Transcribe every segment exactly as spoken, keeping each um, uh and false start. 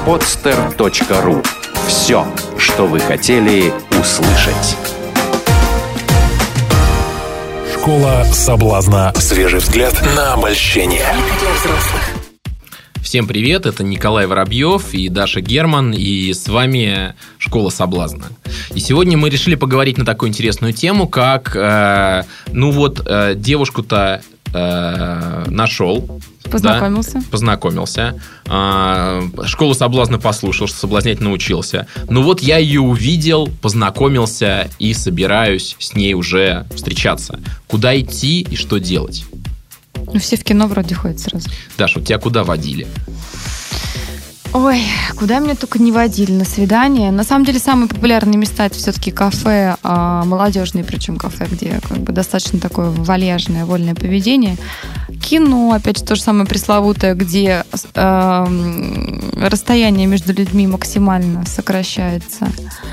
подстер точка ру. Все, что вы хотели услышать. Школа соблазна. Свежий взгляд на обольщение. Всем привет, это Николай Воробьев и Даша Герман, и с вами «Школа соблазна». И сегодня мы решили поговорить на такую интересную тему, как, э, ну вот, э, девушку-то э, нашел. Познакомился. Да, познакомился. Э, школу соблазна послушал, что соблазнять научился. Ну вот я ее увидел, познакомился и собираюсь с ней уже встречаться. Куда идти и что делать? Ну, все в кино вроде ходят сразу. Даша, тебя куда водили? Ой, куда меня только не водили на свидание. На самом деле, самые популярные места — это все-таки кафе, а, молодежные, причем кафе, где как бы достаточно такое вальяжное, вольное поведение. Кино, опять же, то же самое пресловутое, где э, расстояние между людьми максимально сокращается.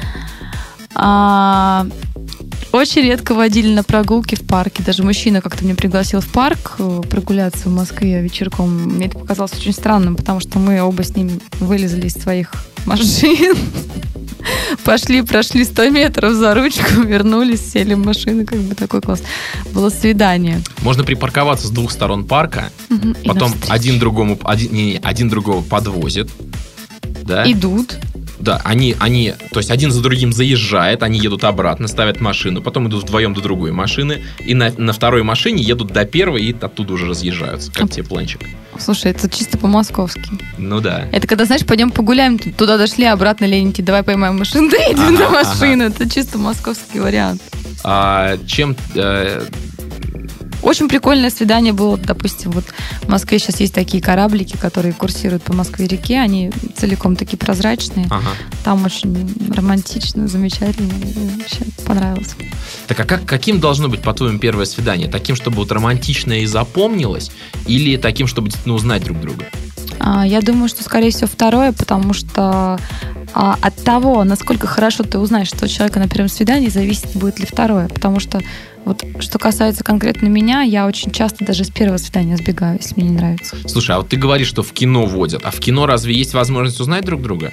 А, очень редко водили на прогулки в парке. Даже мужчина как-то меня пригласил в парк прогуляться в Москве вечерком. Мне это показалось очень странным, потому что мы оба с ним вылезли из своих машин, пошли, прошли сто метров за ручку, вернулись, сели в машину. Как бы такой класс. Было свидание. Можно припарковаться с двух сторон парка, угу, потом один другому, один, не, не, один другого подвозит. Да? Идут. Да, они, они, то есть один за другим заезжает, они едут обратно, ставят машину, потом идут вдвоем до другой машины, и на, на второй машине едут до первой и оттуда уже разъезжаются. Как тебе планчик? Слушай, это чисто по-московски. Ну да. Это когда, знаешь, пойдем погуляем, туда дошли, обратно лените, давай поймаем машину, доедем ага, до машины. Ага. Это чисто московский вариант. А чем... Э... Очень прикольное свидание было, допустим, вот в Москве сейчас есть такие кораблики, которые курсируют по Москве-реке, они целиком такие прозрачные, ага. Там очень романтично, замечательно, вообще понравилось. Так а как, каким должно быть, по-твоему, первое свидание? Таким, чтобы вот романтичное и запомнилось, или таким, чтобы действительно узнать друг друга? А, я думаю, что, скорее всего, второе, потому что а, от того, насколько хорошо ты узнаешь этого человека на первом свидании, зависит, будет ли второе, потому что вот что касается конкретно меня, я очень часто даже с первого свидания сбегаю, если мне не нравится. Слушай, а вот ты говоришь, что в кино водят. А в кино разве есть возможность узнать друг друга?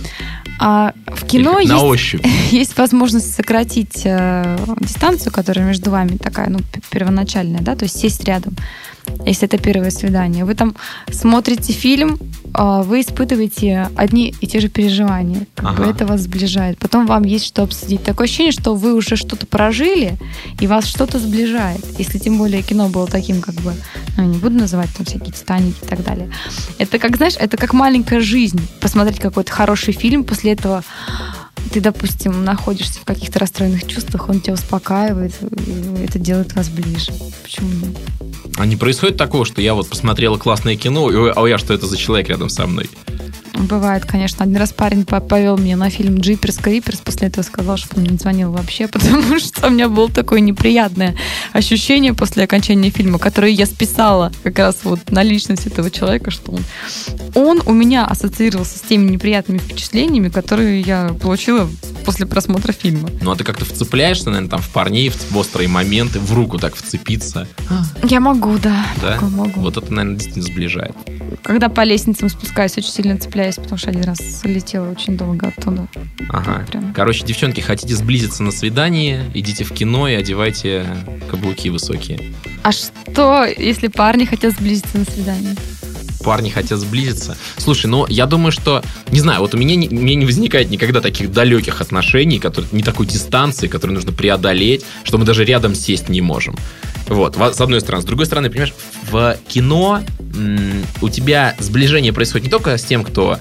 А в кино на есть, ощупь. Есть возможность сократить э, дистанцию, которая между вами такая, ну, первоначальная, да, то есть сесть рядом, если это первое свидание. Вы там смотрите фильм, э, вы испытываете одни и те же переживания. Как ага. бы это вас сближает. Потом вам есть что обсудить. Такое ощущение, что вы уже что-то прожили, и вас что-то сближает. Если тем более кино было таким, как бы, ну, не буду называть там всякие «Титаники» и так далее. Это как, знаешь, это как маленькая жизнь. Посмотреть какой-то хороший фильм, после этого ты, допустим, находишься в каких-то расстроенных чувствах, он тебя успокаивает, и это делает вас ближе. Почему нет? А не происходит такого, что я вот посмотрела классное кино, и а я что это за человек рядом со мной? Бывает, конечно. Один раз парень повел меня на фильм «Джиперс Криперс», после этого сказал, что он не звонил вообще, потому что у меня было такое неприятное ощущение после окончания фильма, которое я списала как раз вот на личность этого человека, что он, он у меня ассоциировался с теми неприятными впечатлениями, которые я получила после просмотра фильма. Ну, а ты как-то вцепляешься, наверное, там в парней, в острые моменты, в руку так вцепиться? Я могу, да. Да? Могу. Вот это, наверное, действительно сближает. Когда по лестницам спускаюсь, очень сильно цепляюсь, потому что один раз летела очень долго оттуда. Ага. Прям. Короче, девчонки, хотите сблизиться на свидание, идите в кино и одевайте каблуки высокие. А что, если парни хотят сблизиться на свидание? Парни хотят сблизиться. Слушай, ну, я думаю, что... Не знаю, вот у меня не, у меня не возникает никогда таких далеких отношений, которые, не такой дистанции, которую нужно преодолеть, что мы даже рядом сесть не можем. Вот, с одной стороны. С другой стороны, понимаешь, в кино м- у тебя сближение происходит не только с тем, кто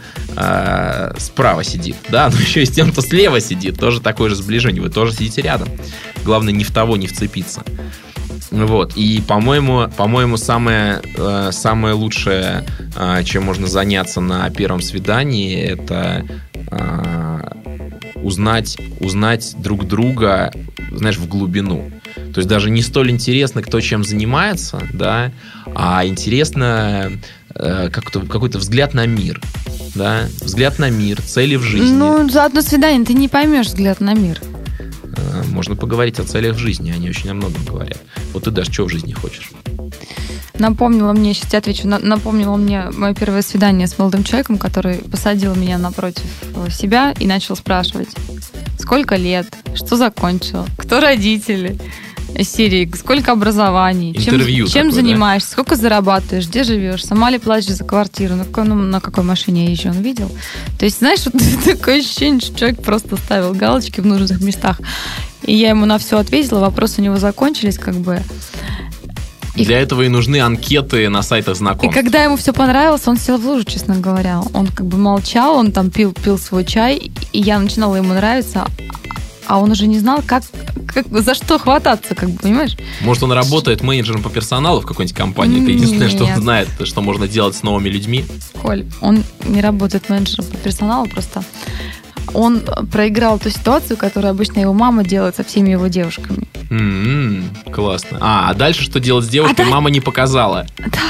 э- справа сидит, да, но еще и с тем, кто слева сидит. Тоже такое же сближение. Вы тоже сидите рядом. Главное, ни в того не вцепиться. Вот. И, по-моему, по-моему самое, э, самое лучшее, э, чем можно заняться на первом свидании, это э, узнать, узнать друг друга, знаешь, в глубину. То есть даже не столь интересно, кто чем занимается, да, а интересно э, как-то, какой-то взгляд на мир. Да? Взгляд на мир, цели в жизни. Ну, за одно свидание ты не поймешь взгляд на мир. Можно поговорить о целях в жизни, они очень о многом говорят. Вот ты, Даш, что в жизни хочешь? Напомнила мне, сейчас я отвечу, на- напомнила мне мое первое свидание с молодым человеком, который посадил меня напротив себя и начал спрашивать, сколько лет, что закончил, кто родители, из серии, сколько образований, чем, Интервью чем такое, занимаешься, да? Сколько зарабатываешь, где живешь, сама ли платишь за квартиру, на какой, ну, на какой машине я езжу, он видел. То есть, знаешь, вот такое ощущение, что человек просто ставил галочки в нужных местах. И я ему на все ответила, вопросы у него закончились, как бы. И... Для этого и нужны анкеты на сайтах знакомств. И когда ему все понравилось, он сел в лужу, честно говоря. Он как бы молчал, он там пил, пил свой чай, и я начинала ему нравиться, а он уже не знал, как, как за что хвататься, как бы, понимаешь? Может, он работает менеджером по персоналу в какой-нибудь компании? Это единственное, что он Нет. знает, что можно делать с новыми людьми. Коль, он не работает менеджером по персоналу, просто он проиграл ту ситуацию, которую обычно его мама делает со всеми его девушками. М-м, классно. А, а дальше что делать с девушкой, А да- мама не показала.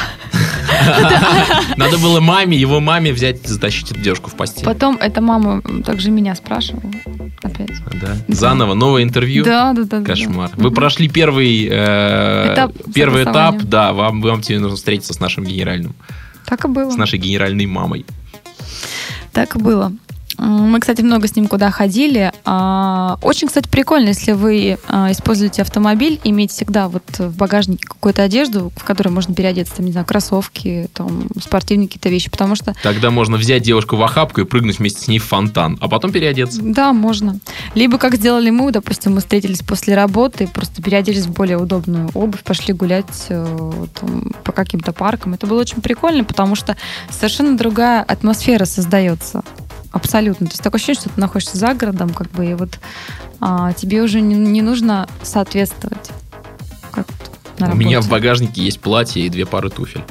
Надо было маме, его маме взять, затащить эту девушку в постель. Потом эта мама также меня спрашивала опять. Да. Заново, новое интервью. Да, да, да. да, Кошмар. да. Вы прошли первый, э, Этап первый этап, согласования. да, вам, вам теперь нужно встретиться с нашим генеральным, Так и было. с нашей генеральной мамой. Так и было. Мы, кстати, много с ним куда ходили. А, Очень, кстати, прикольно, если вы а, используете автомобиль, иметь всегда вот в багажнике какую-то одежду, в которой можно переодеться, там, не знаю, кроссовки, там, спортивные какие-то вещи, потому что... Тогда можно взять девушку в охапку и прыгнуть вместе с ней в фонтан, а потом переодеться. Да, можно. Либо, как сделали мы, допустим, мы встретились после работы, просто переоделись в более удобную обувь, пошли гулять э, там, по каким-то паркам. Это было очень прикольно, потому что совершенно другая атмосфера создается. Абсолютно. То есть такое ощущение, что ты находишься за городом, как бы, и вот а, тебе уже не, не нужно соответствовать. Как вот на У работе. меня в багажнике есть платье и две пары туфель.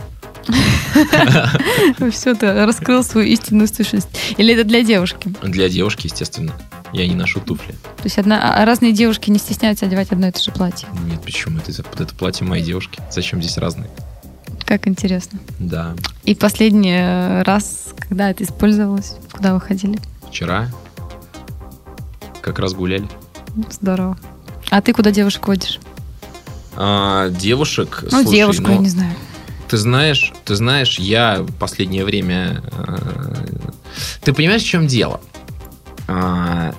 Все, ты раскрыл свою истинную сущность. Или это для девушки? Для девушки, естественно. Я не ношу туфли. То есть одна, а разные девушки не стесняются одевать одно и то же платье. Нет, почему? Это, это платье моей девушки. Зачем здесь разные? Как интересно. Да. И последний раз, когда это использовалось, куда вы ходили? Вчера как раз гуляли. Здорово. А ты куда девушек водишь? А, девушек... Ну, слушай, девушку, ну, я не знаю. Ты знаешь, ты знаешь, я в последнее время... э, Ты понимаешь, в чем дело? А,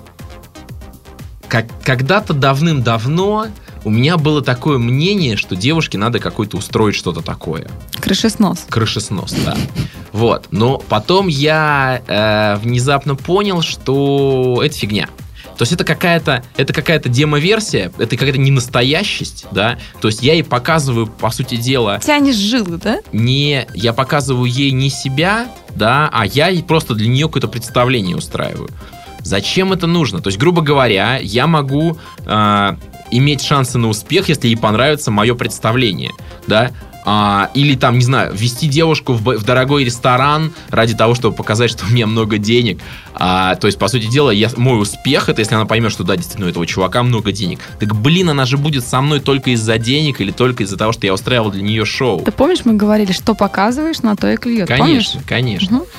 как, когда-то давным-давно у меня было такое мнение, что девушке надо какой-то устроить что-то такое. Крышеснос. Крышеснос, да. Вот. Но потом я э, внезапно понял, что это фигня. То есть это какая-то, это какая-то демо-версия, это какая-то ненастоящесть, да. То есть я ей показываю, по сути дела, Тянешь жилы, да? не, я показываю ей не себя, да, а я ей просто для нее какое-то представление устраиваю. Зачем это нужно? То есть, грубо говоря, я могу э, иметь шансы на успех, если ей понравится мое представление, да. А, или там, не знаю, ввести девушку в, в дорогой ресторан ради того, чтобы показать, что у меня много денег. А, то есть, по сути дела, я, мой успех, это если она поймет, что да, действительно, у этого чувака много денег. Так, блин, она же будет со мной только из-за денег или только из-за того, что я устраивал для нее шоу. Ты помнишь, мы говорили, что показываешь, на то и клюет. Конечно, Помнишь? конечно. Мгм.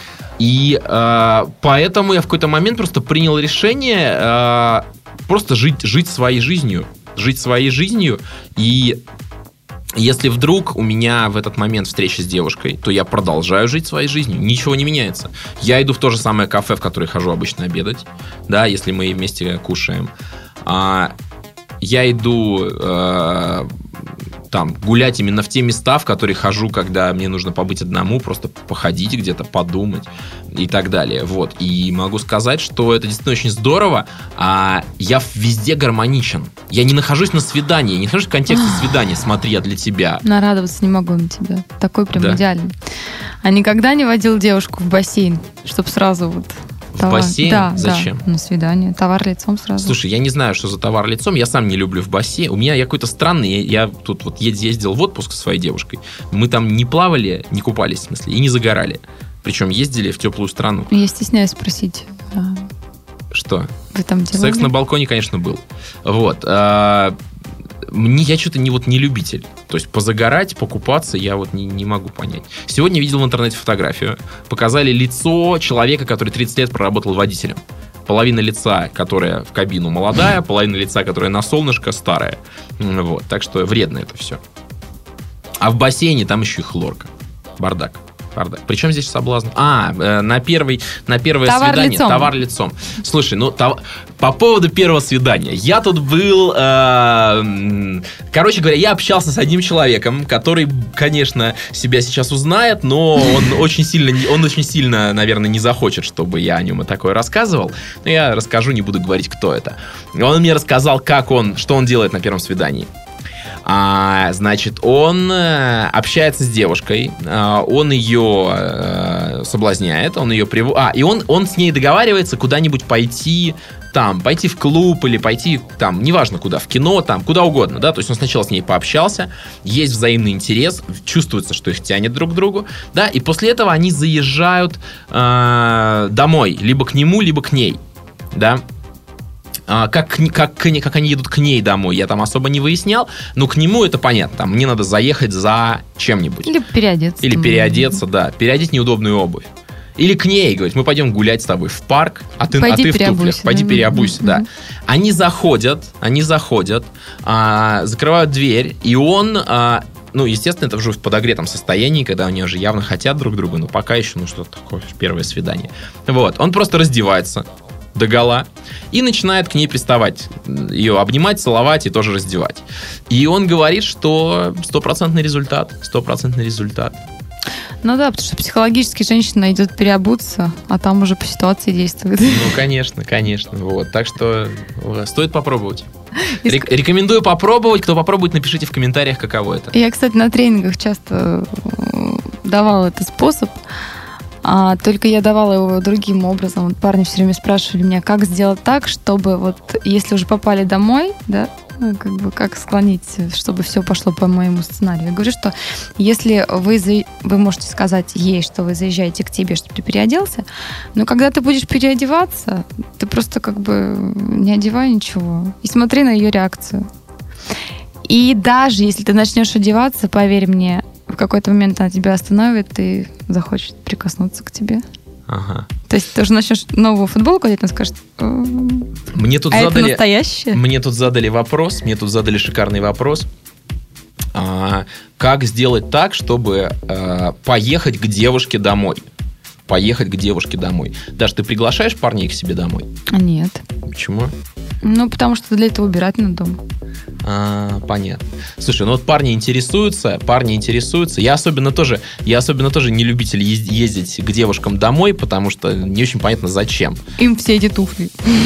И э, поэтому я в какой-то момент просто принял решение э, просто жить, жить своей жизнью. Жить своей жизнью. И если вдруг у меня в этот момент встреча с девушкой, то я продолжаю жить своей жизнью. Ничего не меняется. Я иду в то же самое кафе, в которое хожу обычно обедать. Да, если мы вместе кушаем. А, я иду... Э, там, гулять именно в те места, в которые хожу, когда мне нужно побыть одному, просто походить где-то, подумать и так далее. Вот. И могу сказать, что это действительно очень здорово, а я везде гармоничен. Я не нахожусь на свидании, я не нахожусь в контексте свидания. Смотри, я для тебя. Нарадоваться не могу на тебя. Такой прям Да. идеальный. А никогда не водил девушку в бассейн, чтобы сразу вот... В товар- бассейн? Да, Зачем? да, на свидание. Товар лицом сразу. Слушай, я не знаю, что за товар лицом, я сам не люблю в бассейн. У меня я какой-то странный, я, я тут вот ездил в отпуск со своей девушкой. Мы там не плавали, не купались, в смысле, и не загорали. Причем ездили в теплую страну. Я стесняюсь спросить, а Что? вы там делали? Секс на балконе, конечно, был. Вот. А, мне я что-то не, вот, не любитель. То есть позагорать, покупаться я вот не, не могу понять. Сегодня видел в интернете фотографию. Показали лицо человека, который тридцать лет проработал водителем. Половина лица, которая в кабину молодая, половина лица, которая на солнышко старая. Вот. Так что вредно это все. А в бассейне там еще и хлорка. Бардак. Бардак. Причем здесь соблазн? А, э, на, первый, на первое Товар свидание. лицом. Товар лицом. Слушай, ну, тов... по поводу первого свидания. Я тут был... Э, короче говоря, я общался с одним человеком, который, конечно, себя сейчас узнает, но он очень сильно, он очень сильно, наверное, не захочет, чтобы я о нем и такое рассказывал. Но я расскажу, не буду говорить, кто это. Он мне рассказал, как он, что он делает на первом свидании. А, значит, он общается с девушкой, он ее соблазняет, он ее прив... А, и он, он с ней договаривается куда-нибудь пойти, там, пойти в клуб или пойти, там, неважно куда, в кино, там, куда угодно, да, то есть он сначала с ней пообщался, есть взаимный интерес, чувствуется, что их тянет друг к другу, да, и после этого они заезжают э, домой, либо к нему, либо к ней, да. Как, как, как они едут к ней домой, я там особо не выяснял, но к нему это понятно. Там, мне надо заехать за чем-нибудь. Или переодеться. Или переодеться, да. Переодеть неудобную обувь. Или к ней, говорить, мы пойдем гулять с тобой в парк, а ты, а ты в туфлях. Пойди переобуйся, да. да. Они заходят, они заходят, а, закрывают дверь, и он... А, ну, естественно, это уже в подогретом состоянии, когда они уже явно хотят друг друга, но пока еще, ну, что-то такое, первое свидание. Вот. Он просто раздевается догола и начинает к ней приставать, ее обнимать, целовать и тоже раздевать. И он говорит, что стопроцентный результат, стопроцентный результат. Ну да, потому что психологически женщина идет переобуться, а там уже по ситуации действует. Ну, конечно, конечно. Вот. Так что стоит попробовать. Рек- рекомендую попробовать. Кто попробует, напишите в комментариях, каково это. Я, кстати, на тренингах часто давала этот способ. А, только я давала его другим образом. Вот парни все время спрашивали меня, как сделать так, чтобы вот если уже попали домой, да, ну, как бы как склонить, чтобы все пошло по моему сценарию. Я говорю, что если вы, за... вы можете сказать ей, что вы заезжаете к тебе, чтобы ты переоделся, но когда ты будешь переодеваться, ты просто как бы не одевай ничего и смотри на ее реакцию. И даже если ты начнешь одеваться, поверь мне, в какой-то момент она тебя остановит и захочет прикоснуться к тебе. Ага. То есть ты уже начнешь новую футболку одеть, она скажет, мне тут а задали, это настоящее? Мне тут задали вопрос, мне тут задали шикарный вопрос. А, как сделать так, чтобы а, поехать к девушке домой? Поехать к девушке домой. Даш, ты приглашаешь парней к себе домой? Нет. Почему? Ну, потому что для этого убирать надо дома. А, понятно. Слушай, ну вот парни интересуются, парни интересуются. Я особенно тоже, я особенно тоже не любитель ездить к девушкам домой, потому что не очень понятно, зачем. Им все эти туфли.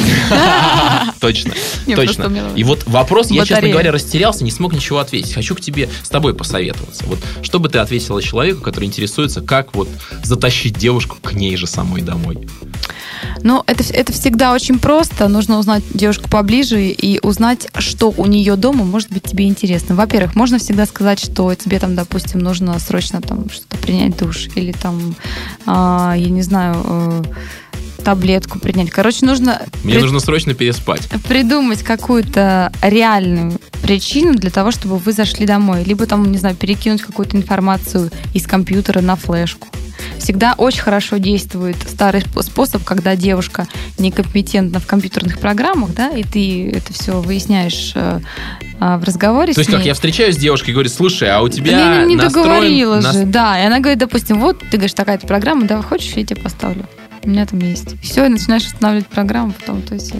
Точно, точно. И вот вопрос, я, честно говоря, растерялся, не смог ничего ответить. Хочу к тебе, с тобой посоветоваться. Вот что бы ты ответила человеку, который интересуется, как вот затащить девушку к ней же самой домой? Ну, это, это всегда очень просто. Нужно узнать девушку поближе и узнать, что у нее дома может быть тебе интересно. Во-первых, можно всегда сказать, что тебе там, допустим, нужно срочно там что-то принять душ или там, э, я не знаю, э, таблетку принять. Короче, нужно... Мне прид... нужно срочно переспать. Придумать какую-то реальную причину для того, чтобы вы зашли домой. Либо там, не знаю, перекинуть какую-то информацию из компьютера на флешку. Всегда очень хорошо действует старый способ, когда девушка некомпетентна в компьютерных программах, да, и ты это все выясняешь э, в разговоре То с ней. То есть как я встречаюсь с девушкой и говорю, слушай, а у тебя не, не настроен... договорила нас... же, да. И она говорит, допустим, вот, ты говоришь, такая-то программа, да, хочешь, я тебе поставлю. У меня там есть. Все, и начинаешь устанавливать программу, потом, то есть...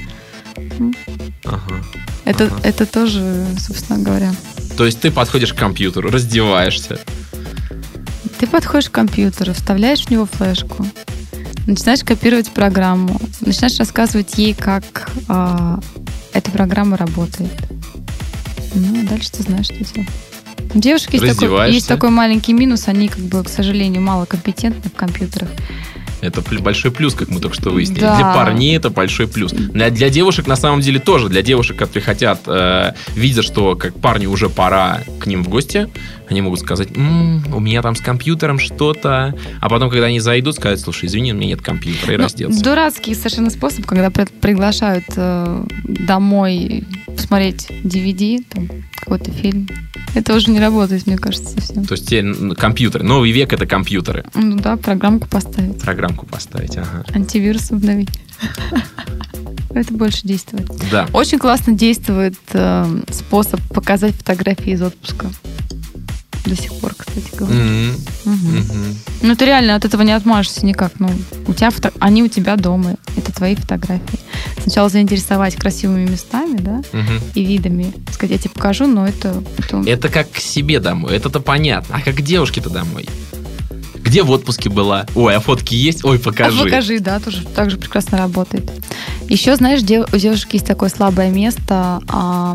Ага. Это, ага. это тоже, собственно говоря. То есть ты подходишь к компьютеру, раздеваешься. Ты подходишь к компьютеру, вставляешь в него флешку, начинаешь копировать программу, начинаешь рассказывать ей, как э, эта программа работает. Ну, а дальше ты знаешь, что делать. У девушек есть такой, есть такой маленький минус, они, как бы, к сожалению, мало компетентны в компьютерах. Это большой плюс, как мы только что выяснили. Да. Для парней это большой плюс. Для, для девушек на самом деле тоже. Для девушек, которые хотят, э, видя, что как парню уже пора к ним в гости, они могут сказать, м-м, у меня там с компьютером что-то. А потом, когда они зайдут, сказать, слушай, извини, у меня нет компьютера, и ну, раздеться. Дурацкий совершенно способ, когда при- приглашают э, домой посмотреть ди ви ди, там, какой-то фильм. Это уже не работает, мне кажется, совсем. То есть те компьютеры. Новый век — это компьютеры. Ну да, программку поставить. Программку поставить, ага. Антивирус обновить. Это больше действует. Да. Очень классно действует э, способ показать фотографии из отпуска. До сих пор, кстати говоря. Мгм. Мгм. Мгм. Ну, ты реально от этого не отмажешься никак. Ну, у тебя фото... они у тебя дома. Это твои фотографии. Сначала заинтересовать красивыми местами, да, Мгм. и видами. Сказать, я тебе покажу, но это потом... Это как к себе домой, это-то понятно. А как к девушке-то домой? Где в отпуске была? Ой, а фотки есть? Ой, покажи. А покажи, да, тоже так же прекрасно работает. Еще, знаешь, дев- у девушек есть такое слабое место. а,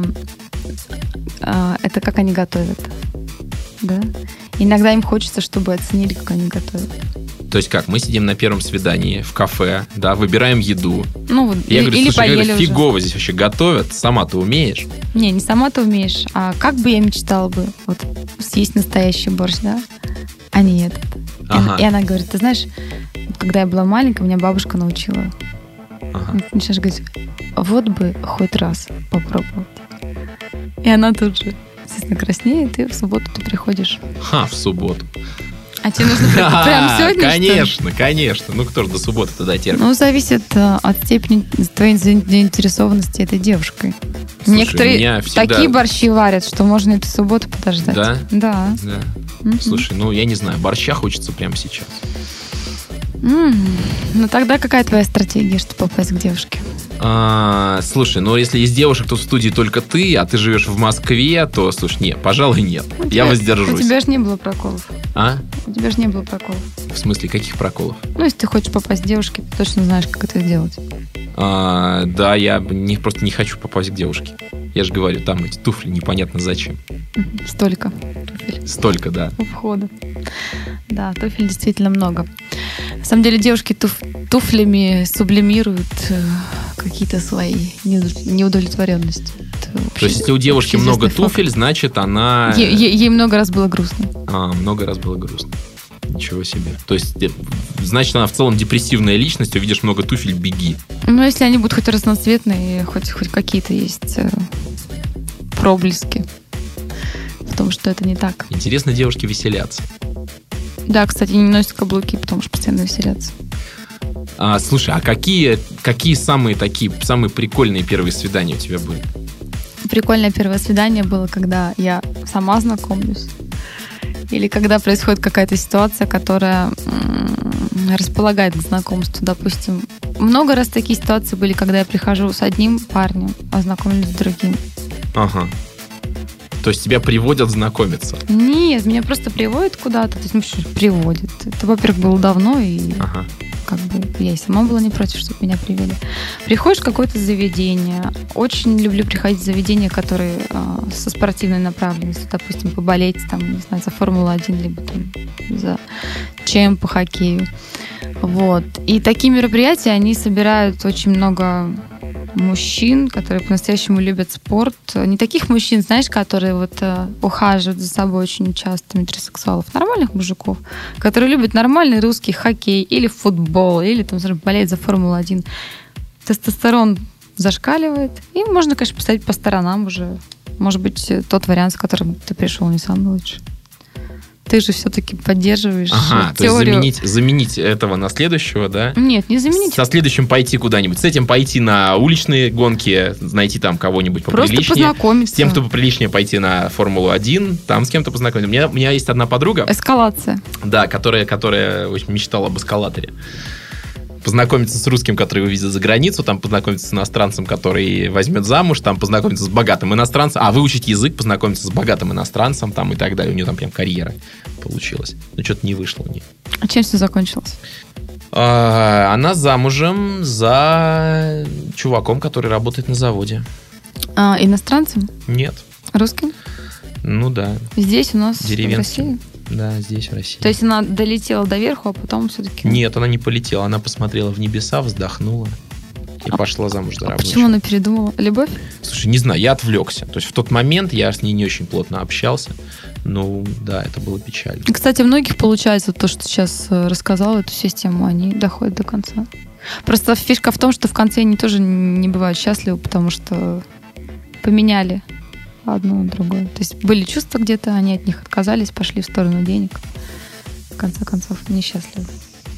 а, это как они готовят. Да? Иногда им хочется, чтобы оценили, как они готовят. То есть как, мы сидим на первом свидании в кафе, да, выбираем еду. Ну, вот, Я или, говорю, или слушай, поели говорю, уже. фигово здесь вообще готовят, сама ты умеешь? Не, не сама ты умеешь, а как бы я мечтала бы вот съесть настоящий борщ, да, а не этот. И Ага. она- И она говорит, ты знаешь, когда я была маленькая, меня бабушка научила. Ага. Начинаешь говорить, вот бы хоть раз попробовать. И она тут же, естественно, краснеет, и в субботу ты приходишь. Ха, в субботу. А тебе нужно прям прям сегодня, что ли? Конечно, конечно. Ну кто ж до субботы тогда терпит? Ну, зависит э, от степени твоей заинтересованности этой девушкой. Слушай, Некоторые меня всегда- такие борщи варят, что можно эту субботу подождать. Да? Да. Да. Мгм. Слушай, ну я не знаю, борща хочется прямо сейчас. М, Ну тогда какая твоя стратегия, чтобы попасть к девушке? А, слушай, ну если из девушек, то в студии только ты, а ты живешь в Москве, то, слушай, нет, пожалуй, нет. У Я тебя- воздержусь. У тебя же не было проколов. А? У тебя же не было проколов. В смысле, каких проколов? Ну, если ты хочешь попасть к девушке, ты точно знаешь, как это сделать. А, да, я не, просто не хочу попасть к девушке. Я же говорю, там эти туфли непонятно зачем. Мгм. Столько туфель Столько, да. у входа. Да, туфель действительно много. На самом деле девушки туф- туфлями сублимируют э, какие-то свои неуд- неудовлетворенности. Это То есть, если у девушки много туфель, значит, она... Е- е- ей много раз было грустно. А, много раз было грустно. Ничего себе. То есть, э, значит, она в целом депрессивная личность, увидишь много туфель, беги. Ну, если они будут хоть разноцветные, хоть, хоть какие-то есть э, проблески в том, что это не так. Интересно, девушки веселятся. Да, кстати, не носят каблуки, потому что постоянно веселятся. А, слушай, а какие, какие самые такие, самые прикольные первые свидания у тебя были? Прикольное первое свидание было, когда я сама знакомлюсь. Или когда происходит какая-то ситуация, которая м, располагает к знакомству. Допустим, много раз такие ситуации были, когда я прихожу с одним парнем, а знакомлюсь с другим. Ага. То есть тебя приводят знакомиться? Нет, меня просто приводят куда-то. То есть, ну, что приводят. Это, во-первых, было давно, и Ага. как бы я и сама была не против, чтобы меня привели. Приходишь в какое-то заведение. Очень люблю приходить в заведения, которые э, со спортивной направленностью. Допустим, поболеть там, не знаю, за Формулу один, либо там за ЧМ по хоккею. Вот. И такие мероприятия, они собирают очень много мужчин, которые по-настоящему любят спорт. Не таких мужчин, знаешь, которые вот э, ухаживают за собой очень часто, метросексуалов, нормальных мужиков, которые любят нормальный русский хоккей или футбол, или там, скажем, болеют за Формулу один. Тестостерон зашкаливает, и можно, конечно, поставить по сторонам уже. Может быть, тот вариант, с которым ты пришел, не самый лучший. Ты же все-таки поддерживаешь Ага, то есть теорию. заменить, заменить этого на следующего, да? Нет, не заменить. Со следующим пойти куда-нибудь. С этим пойти на уличные гонки, найти там кого-нибудь Просто поприличнее. познакомиться. С тем, кто поприличнее, пойти на Формулу один, там с кем-то познакомиться. У меня, у меня есть одна подруга, Эскалация. да, которая, которая очень мечтала об эскалаторе. Познакомиться с русским, который вывезет за границу, там познакомиться с иностранцем, который возьмет замуж, там познакомиться с богатым иностранцем, а выучить язык, познакомиться с богатым иностранцем, там и так далее. У нее там прям карьера получилась. Но что-то не вышло у нее. А чем все закончилось? А, Она замужем за чуваком, который работает на заводе. А, иностранцем? Нет. Русским? Ну да. Здесь у нас в Деревенским. России? Да, здесь, в России. То есть она долетела до верху, а потом все-таки... Нет, она не полетела. Она посмотрела в небеса, вздохнула и А- пошла замуж за А рабочего. почему она передумала? Любовь? Слушай, не знаю, я отвлекся. То есть в тот момент я с ней не очень плотно общался. Ну, да, это было печально. И, кстати, у многих получается то, что сейчас э, рассказала, эту систему, они доходят до конца. Просто фишка в том, что в конце они тоже не бывают счастливы, потому что поменяли одно на другое. То есть были чувства где-то, они от них отказались, пошли в сторону денег. В конце концов, несчастливы.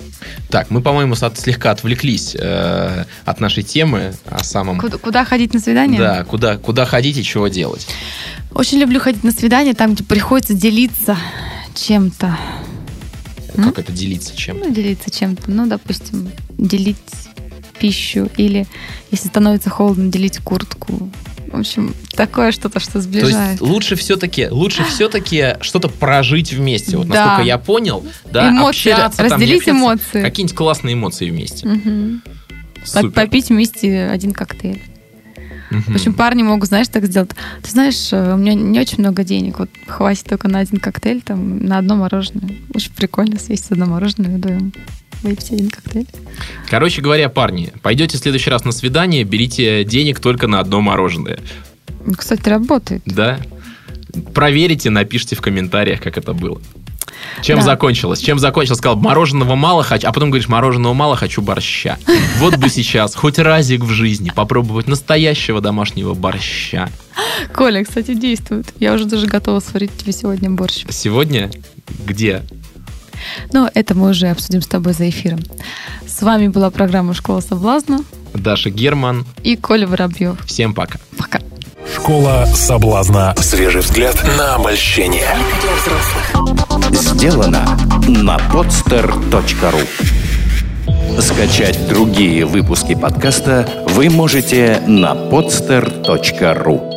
Так, мы, по-моему, от- слегка отвлеклись э, от нашей темы о самом... Куда, куда ходить на свидание? Да, куда, куда ходить и чего делать. Очень люблю ходить на свидание, там, где приходится делиться чем-то. М? Как это делиться чем? Ну, делиться чем-то. Ну, допустим, делить пищу или, если становится холодно, делить куртку. В общем, такое что-то, что То сближает. есть лучше все-таки, лучше все-таки что-то прожить вместе. Вот Да. насколько я понял, да, Эмоции, общаться, там, не разделить общаться, эмоции. какие-нибудь классные эмоции вместе. Мгм. По- Супер. Попить вместе один коктейль. Мгм. В общем, парни могут, знаешь, так сделать. Ты знаешь, э, у меня не очень много денег. Вот хватит только на один коктейль, там, на одно мороженое. Очень прикольно съесть одно мороженое вдвоем. Выпить один коктейль. Короче говоря, парни, пойдете в следующий раз на свидание, берите денег только на одно мороженое. Ну, кстати, работает. Да? Проверите, напишите в комментариях, как это было. Чем Да. закончилось? Чем закончилось? Сказал, мороженого мало хочу, а потом говоришь, мороженого мало, хочу борща. Вот бы сейчас хоть разик в жизни попробовать настоящего домашнего борща. Коля, кстати, действует. Я уже даже готова сварить тебе сегодня борщ. Сегодня где? Но это мы уже обсудим с тобой за эфиром. С вами была программа «Школа соблазна» Даша Герман. и Коля Воробьев. Всем пока. Пока. Школа соблазна. Свежий взгляд на обольщение. Сделано на podster точка ру. Скачать другие выпуски подкаста вы можете на podster точка ру.